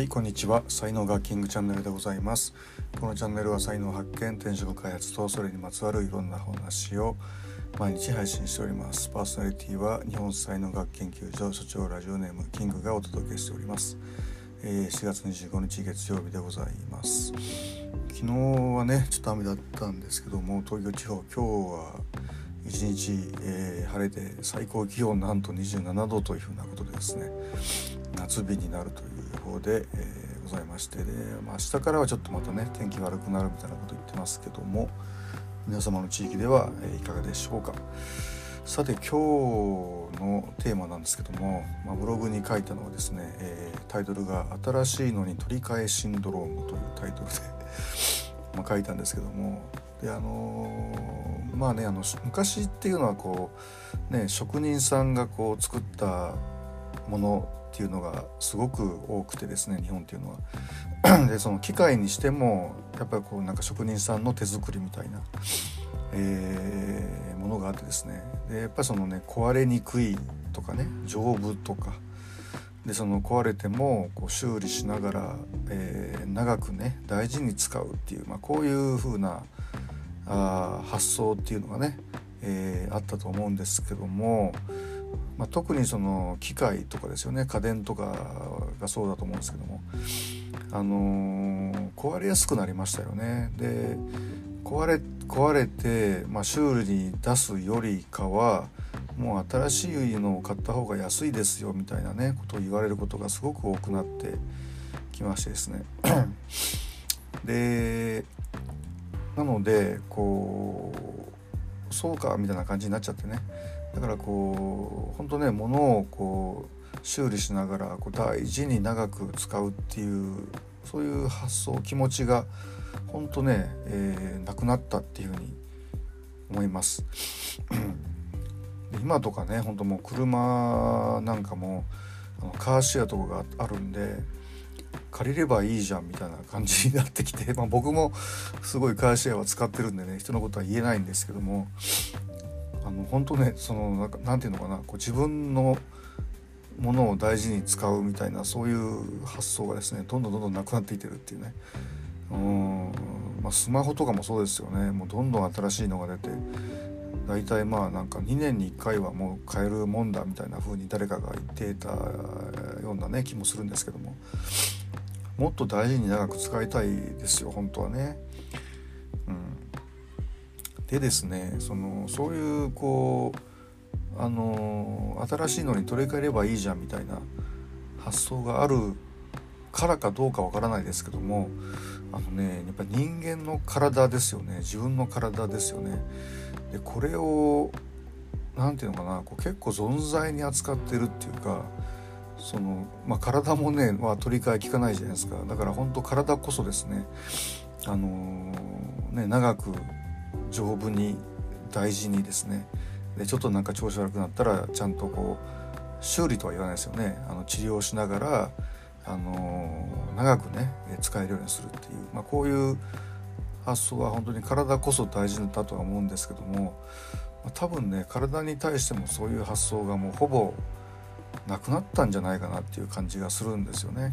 こんにちは。才能学キングチャンネルでございます。このチャンネルは才能発見、転職開発とそれにまつわるいろんな話を毎日配信しております。パーソナリティは日本才能学研究所所長ラジオネームキングがお届けしております。4月25日月曜日でございます。昨日はねちょっと雨だったんですけども、東京地方今日は一日、晴れて最高気温なんと27度というふうなことでですね、夏日になるという予報で、ございまして、で、明日からはちょっとまたね天気悪くなるみたいなこと言ってますけども、皆様の地域では、いかがでしょうか。さて今日のテーマなんですけども、ブログに書いたのはですね、タイトルが新しいのに取り替えシンドロームというタイトルで書いたんですけども、で昔っていうのはこうね職人さんがこう作ったものっていうのがすごく多くてですね、日本っていうのはでその機械にしてもやっぱりこうなんか職人さんの手作りみたいな、ものがあってですね、でやっぱりそのね壊れにくいとかね丈夫とかで、その壊れてもこう修理しながら、長くね大事に使うっていう、こういう風な発想っていうのがね、あったと思うんですけども、特にその機械とかですよね、家電とかがそうだと思うんですけども、壊れやすくなりましたよね。で壊れて、修理に出すよりかはもう新しいのを買った方が安いですよみたいなねことを言われることがすごく多くなってきましてですねでなのでこうそうかみたいな感じになっちゃってね、だからこう本当ね物をこう修理しながらこう大事に長く使うっていうそういう発想気持ちが本当ね、なくなったっていうふうに思います今とかね本当もう車なんかもカーシェアとかがあるんで借りればいいじゃんみたいな感じになってきて、僕もすごいカーシェアは使ってるんでね人のことは言えないんですけども、本当ねそのなんていうのかな、こう自分のものを大事に使うみたいなそういう発想がですねどんどんなくなっていってるっていうね、スマホとかもそうですよね。もうどんどん新しいのが出て、だいたいなんか2年に1回はもう買えるもんだみたいな風に誰かが言っていたようなね気もするんですけども、もっと大事に長く使いたいですよ本当はね。でですねそういうこう新しいのに取り替えればいいじゃんみたいな発想があるからかどうかわからないですけども、やっぱり人間の体ですよね、自分の体ですよね。でこれをなんていうのかな、こう結構存在に扱ってるっていうか、体もね、取り替え効かないじゃないですか。だから本当体こそですね、長く丈夫に大事にですね、でちょっとなんか調子悪くなったらちゃんとこう修理とは言わないですよね。治療しながら長くね使えるようにするっていう、こういう発想は本当に体こそ大事だとは思うんですけども、多分ね体に対してもそういう発想がもうほぼなくなったんじゃないかなっていう感じがするんですよね。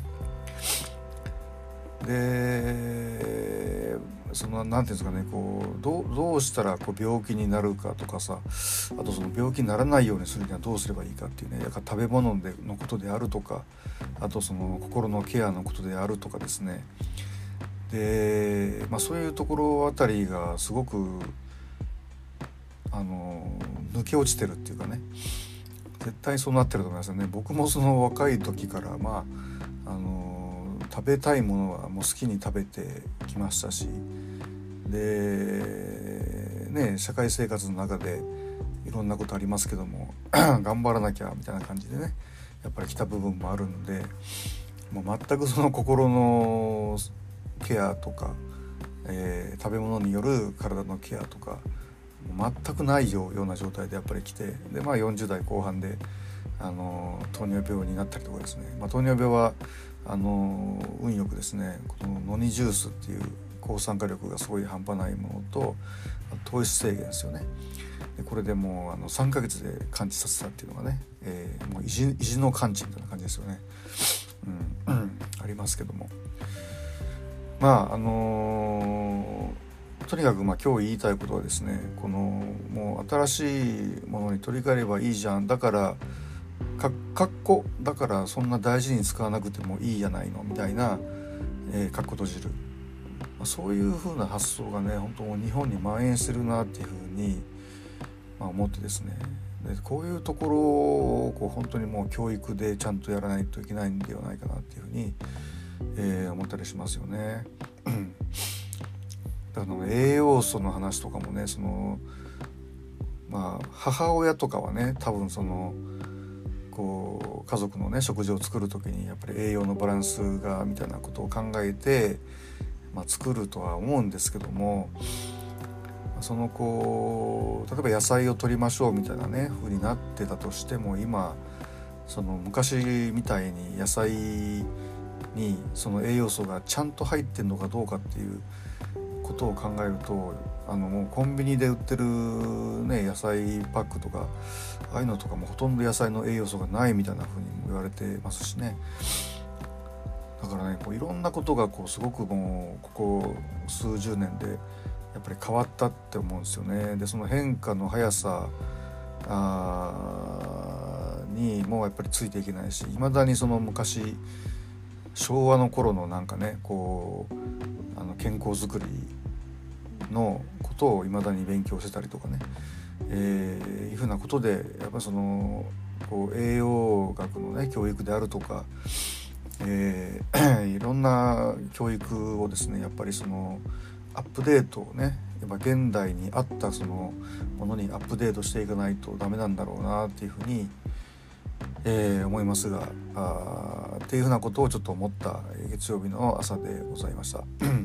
でなんていうんですかね、こうどうしたらこう病気になるかとかさ、あとその病気にならないようにするにはどうすればいいかっていうね、やっぱ食べ物のことであるとか、あとその心のケアのことであるとかですね、で、そういうところあたりがすごく抜け落ちてるっていうかね、絶対そうなってると思いますよね。僕もその若い時から食べたいものはもう好きに食べてきましたし、でね社会生活の中でいろんなことありますけども頑張らなきゃみたいな感じでねやっぱり来た部分もあるので、もう全くその心のケアとか、食べ物による体のケアとか全くないような状態でやっぱり来て、で40代後半で糖尿病になったりとかですね、糖尿病は運よくですねこのノニジュースっていう抗酸化力がすごい半端ないものと糖質制限ですよね。でこれでもう3ヶ月で完治させたっていうのがね、もう意地の完治みたいな感じですよね。あありますけども、まあとにかく今日言いたいことはですね、このもう新しいものに取り替えればいいじゃん、だからかっこだからそんな大事に使わなくてもいいじゃないのみたいな、かっこ閉じる、そういう風な発想がね本当日本に蔓延してるなっていう風に、思ってですね、でこういうところを本当にもう教育でちゃんとやらないといけないんではないかなっていう風に、思ったりしますよね。だから栄養素の話とかもね、母親とかはね多分こう家族のね食事を作る時にやっぱり栄養のバランスがみたいなことを考えて、作るとは思うんですけども、例えば野菜を取りましょうみたいなね風になってたとしても、今昔みたいに野菜にその栄養素がちゃんと入ってんのかどうかっていうことを考えると、もうコンビニで売ってるね野菜パックとかああいうのとかもほとんど野菜の栄養素がないみたいな風にも言われてますしね。だからねいろんなことがすごくもうここ数十年でやっぱり変わったって思うんですよね。でその変化の速さにもうやっぱりついていけないし、未だに昔昭和の頃のなんかね健康づくりのことを未だに勉強してたりとかね、いうふうなことでやっぱ栄養学のね教育であるとか、いろんな教育をですねやっぱりアップデートをねやっぱ現代に合ったものにアップデートしていかないとダメなんだろうなっていうふうに、思いますが、っていうふうなことをちょっと思った月曜日の朝でございました。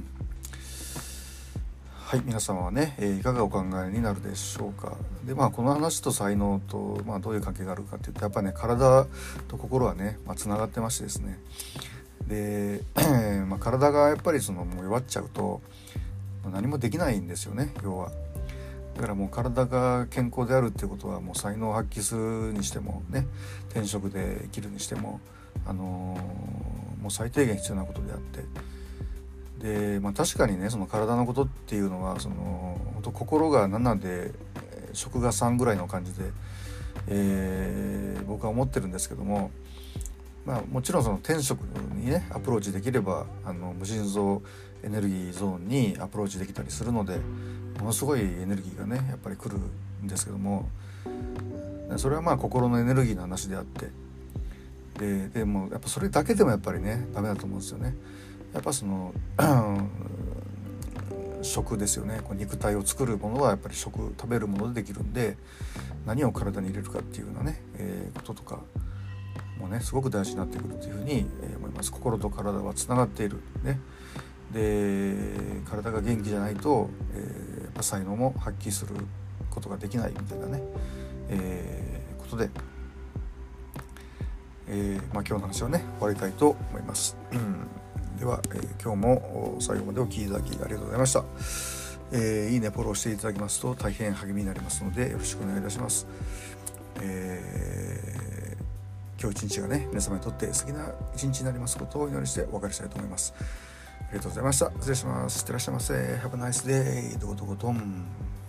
はい、皆様はね、いかがお考えになるでしょうか。でこの話と才能と、どういう関係があるかっていうと、やっぱりね体と心はね、つながってましてですね、で、体がやっぱりもう弱っちゃうと何もできないんですよね、要は。だからもう体が健康であるっていうことはもう才能を発揮するにしてもね、転職で生きるにしても、もう最低限必要なことであって、で、確かにね体のことっていうのは本当心が7で食が3ぐらいの感じで、僕は思ってるんですけども、もちろん転職にねアプローチできれば無尽蔵エネルギーゾーンにアプローチできたりするので、ものすごいエネルギーがねやっぱり来るんですけども、それは心のエネルギーの話であって、でもやっぱそれだけでもやっぱりねダメだと思うんですよね。やっぱ食ですよね。肉体を作るものはやっぱり食べるものでできるんで、何を体に入れるかっていうようなね、こととかもねすごく大事になってくるというふうに思います。心と体はつながっているね。で体が元気じゃないと、やっぱ才能も発揮することができないみたいなね、ことで、今日の話をね終わりたいと思います。では、今日も最後までお聞きいただきありがとうございました。いいねフォローしていただきますと大変励みになりますのでよろしくお願いいたします。今日一日がね皆様にとって素敵な一日になりますことをお祈りしてお別れしたいと思います。ありがとうございました。失礼します。いってらっしゃいませ。Have a nice day. どことことん。